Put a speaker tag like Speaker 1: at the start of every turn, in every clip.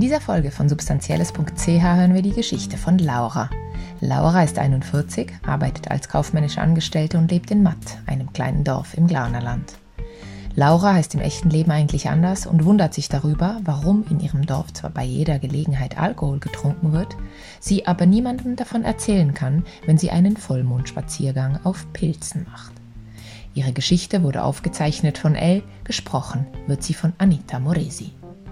Speaker 1: dieser Folge von substanzielles.ch hören wir die Geschichte von Laura. Laura ist 41, arbeitet als kaufmännische Angestellte und lebt in Matt, einem kleinen Dorf im Glarnerland. Laura heißt im echten Leben eigentlich anders und wundert sich darüber, warum in ihrem Dorf zwar bei jeder Gelegenheit Alkohol getrunken wird, sie aber niemandem davon erzählen kann, wenn sie einen Vollmondspaziergang auf Pilzen macht. Ihre Geschichte wurde aufgezeichnet von Elle, gesprochen wird sie von Anita Moresi.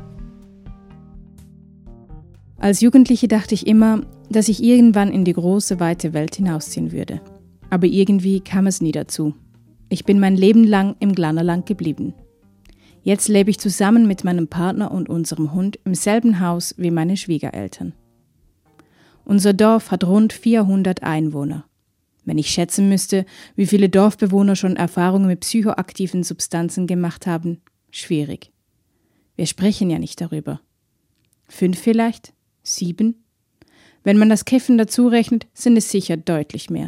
Speaker 2: Als Jugendliche dachte ich immer, dass ich irgendwann in die große, weite Welt hinausziehen würde. Aber irgendwie kam es nie dazu. Ich bin mein Leben lang im Glarnerland geblieben. Jetzt lebe ich zusammen mit meinem Partner und unserem Hund im selben Haus wie meine Schwiegereltern. Unser Dorf hat rund 400 Einwohner. Wenn ich schätzen müsste, wie viele Dorfbewohner schon Erfahrungen mit psychoaktiven Substanzen gemacht haben, schwierig. Wir sprechen ja nicht darüber. 5 vielleicht? 7? Wenn man das Kiffen dazu rechnet, sind es sicher deutlich mehr.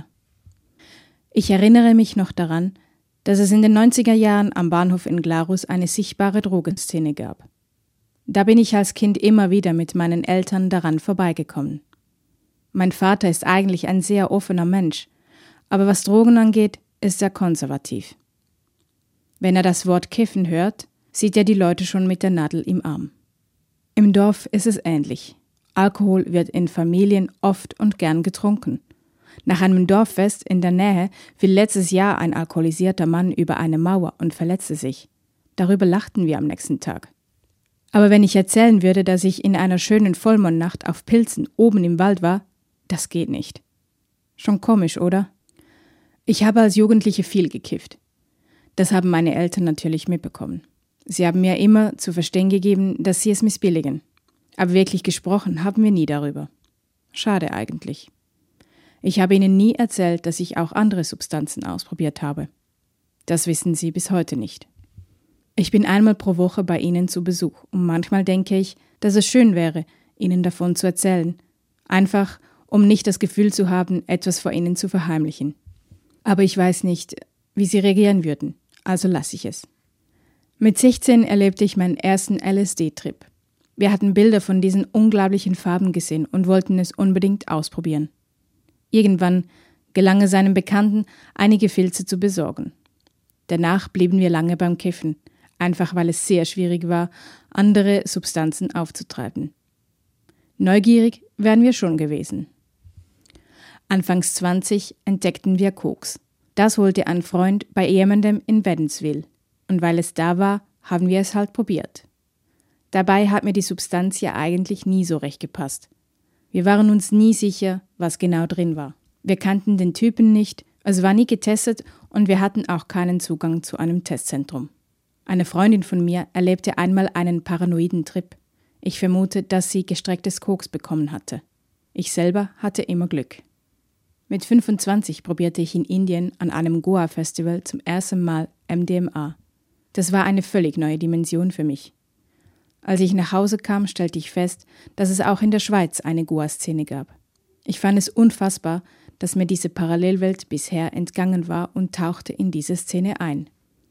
Speaker 2: Ich erinnere mich noch daran, dass es in den 90er Jahren am Bahnhof in Glarus eine sichtbare Drogenszene gab. Da bin ich als Kind immer wieder mit meinen Eltern daran vorbeigekommen. Mein Vater ist eigentlich ein sehr offener Mensch, aber was Drogen angeht, ist er konservativ. Wenn er das Wort Kiffen hört, sieht er die Leute schon mit der Nadel im Arm. Im Dorf ist es ähnlich. Alkohol wird in Familien oft und gern getrunken. Nach einem Dorffest in der Nähe fiel letztes Jahr ein alkoholisierter Mann über eine Mauer und verletzte sich. Darüber lachten wir am nächsten Tag. Aber wenn ich erzählen würde, dass ich in einer schönen Vollmondnacht auf Pilzen oben im Wald war, das geht nicht. Schon komisch, oder? Ich habe als Jugendliche viel gekifft. Das haben meine Eltern natürlich mitbekommen. Sie haben mir immer zu verstehen gegeben, dass sie es missbilligen. Aber wirklich gesprochen haben wir nie darüber. Schade eigentlich. Ich habe ihnen nie erzählt, dass ich auch andere Substanzen ausprobiert habe. Das wissen sie bis heute nicht. Ich bin einmal pro Woche bei ihnen zu Besuch und manchmal denke ich, dass es schön wäre, ihnen davon zu erzählen. Einfach, um nicht das Gefühl zu haben, etwas vor ihnen zu verheimlichen. Aber ich weiß nicht, wie sie reagieren würden, also lasse ich es. Mit 16 erlebte ich meinen ersten LSD-Trip. Wir hatten Bilder von diesen unglaublichen Farben gesehen und wollten es unbedingt ausprobieren. Irgendwann gelang es seinem Bekannten, einige Filze zu besorgen. Danach blieben wir lange beim Kiffen, einfach weil es sehr schwierig war, andere Substanzen aufzutreiben. Neugierig wären wir schon gewesen. Anfangs 20 entdeckten wir Koks. Das holte ein Freund bei jemandem in Wädenswil. Und weil es da war, haben wir es halt probiert. Dabei hat mir die Substanz ja eigentlich nie so recht gepasst. Wir waren uns nie sicher, was genau drin war. Wir kannten den Typen nicht, es war nie getestet und wir hatten auch keinen Zugang zu einem Testzentrum. Eine Freundin von mir erlebte einmal einen paranoiden Trip. Ich vermute, dass sie gestrecktes Koks bekommen hatte. Ich selber hatte immer Glück. Mit 25 probierte ich in Indien an einem Goa-Festival zum ersten Mal MDMA. Das war eine völlig neue Dimension für mich. Als ich nach Hause kam, stellte ich fest, dass es auch in der Schweiz eine Goa-Szene gab. Ich fand es unfassbar, dass mir diese Parallelwelt bisher entgangen war und tauchte in diese Szene ein.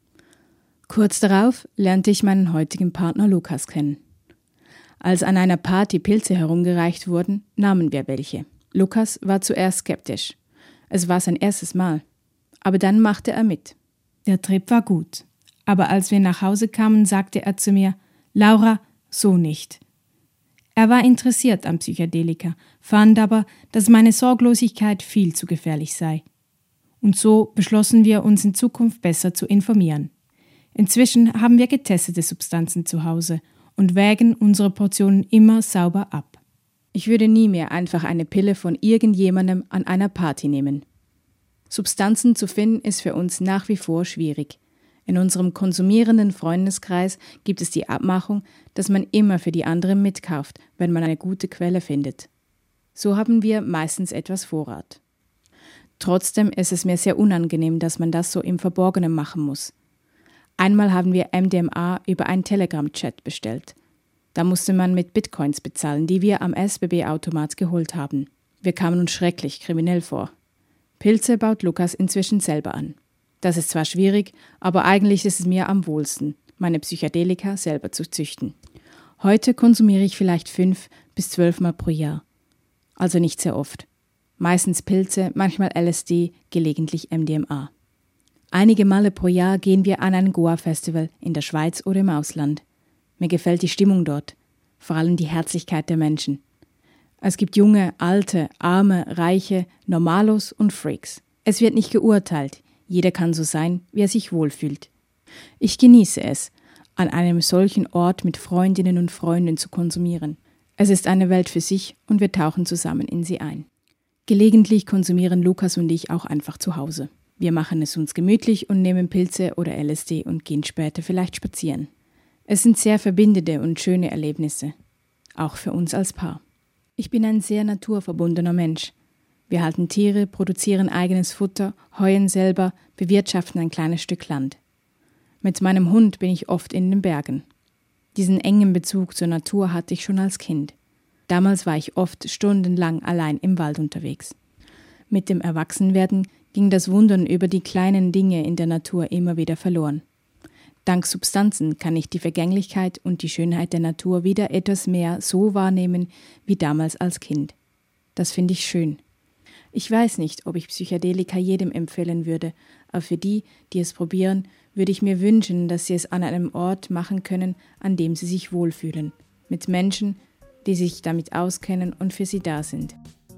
Speaker 2: Kurz darauf lernte ich meinen heutigen Partner Lukas kennen. Als an einer Party Pilze herumgereicht wurden, nahmen wir welche. Lukas war zuerst skeptisch. Es war sein erstes Mal. Aber dann machte er mit. Der Trip war gut. Aber als wir nach Hause kamen, sagte er zu mir, Laura, so nicht. Er war interessiert an Psychedelika, fand aber, dass meine Sorglosigkeit viel zu gefährlich sei. Und so beschlossen wir, uns in Zukunft besser zu informieren. Inzwischen haben wir getestete Substanzen zu Hause und wägen unsere Portionen immer sauber ab. Ich würde nie mehr einfach eine Pille von irgendjemandem an einer Party nehmen. Substanzen zu finden ist für uns nach wie vor schwierig. In unserem konsumierenden Freundeskreis gibt es die Abmachung, dass man immer für die anderen mitkauft, wenn man eine gute Quelle findet. So haben wir meistens etwas Vorrat. Trotzdem ist es mir sehr unangenehm, dass man das so im Verborgenen machen muss. Einmal haben wir MDMA über einen Telegram-Chat bestellt. Da musste man mit Bitcoins bezahlen, die wir am SBB-Automat geholt haben. Wir kamen uns schrecklich kriminell vor. Pilze baut Lukas inzwischen selber an. Das ist zwar schwierig, aber eigentlich ist es mir am wohlsten, meine Psychedelika selber zu züchten. Heute konsumiere ich vielleicht 5 bis 12 Mal pro Jahr. Also nicht sehr oft. Meistens Pilze, manchmal LSD, gelegentlich MDMA. Einige Male pro Jahr gehen wir an ein Goa-Festival in der Schweiz oder im Ausland. Mir gefällt die Stimmung dort, vor allem die Herzlichkeit der Menschen. Es gibt junge, alte, arme, reiche, Normalos und Freaks. Es wird nicht geurteilt, jeder kann so sein, wie er sich wohlfühlt. Ich genieße es, an einem solchen Ort mit Freundinnen und Freunden zu konsumieren. Es ist eine Welt für sich und wir tauchen zusammen in sie ein. Gelegentlich konsumieren Lukas und ich auch einfach zu Hause. Wir machen es uns gemütlich und nehmen Pilze oder LSD und gehen später vielleicht spazieren. Es sind sehr verbindende und schöne Erlebnisse, auch für uns als Paar. Ich bin ein sehr naturverbundener Mensch. Wir halten Tiere, produzieren eigenes Futter, heuen selber, bewirtschaften ein kleines Stück Land. Mit meinem Hund bin ich oft in den Bergen. Diesen engen Bezug zur Natur hatte ich schon als Kind. Damals war ich oft stundenlang allein im Wald unterwegs. Mit dem Erwachsenwerden ging das Wundern über die kleinen Dinge in der Natur immer wieder verloren. Dank Substanzen kann ich die Vergänglichkeit und die Schönheit der Natur wieder etwas mehr so wahrnehmen wie damals als Kind. Das finde ich schön. Ich weiß nicht, ob ich Psychedelika jedem empfehlen würde, aber für die, die es probieren, würde ich mir wünschen, dass sie es an einem Ort machen können, an dem sie sich wohlfühlen, mit Menschen, die sich damit auskennen und für sie da sind.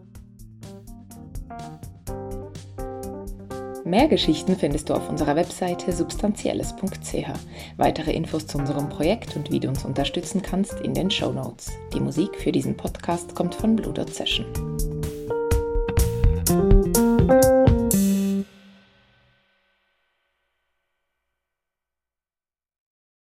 Speaker 1: Mehr Geschichten findest du auf unserer Webseite substanzielles.ch. Weitere Infos zu unserem Projekt und wie du uns unterstützen kannst in den Shownotes. Die Musik für diesen Podcast kommt von Blue Dot Session.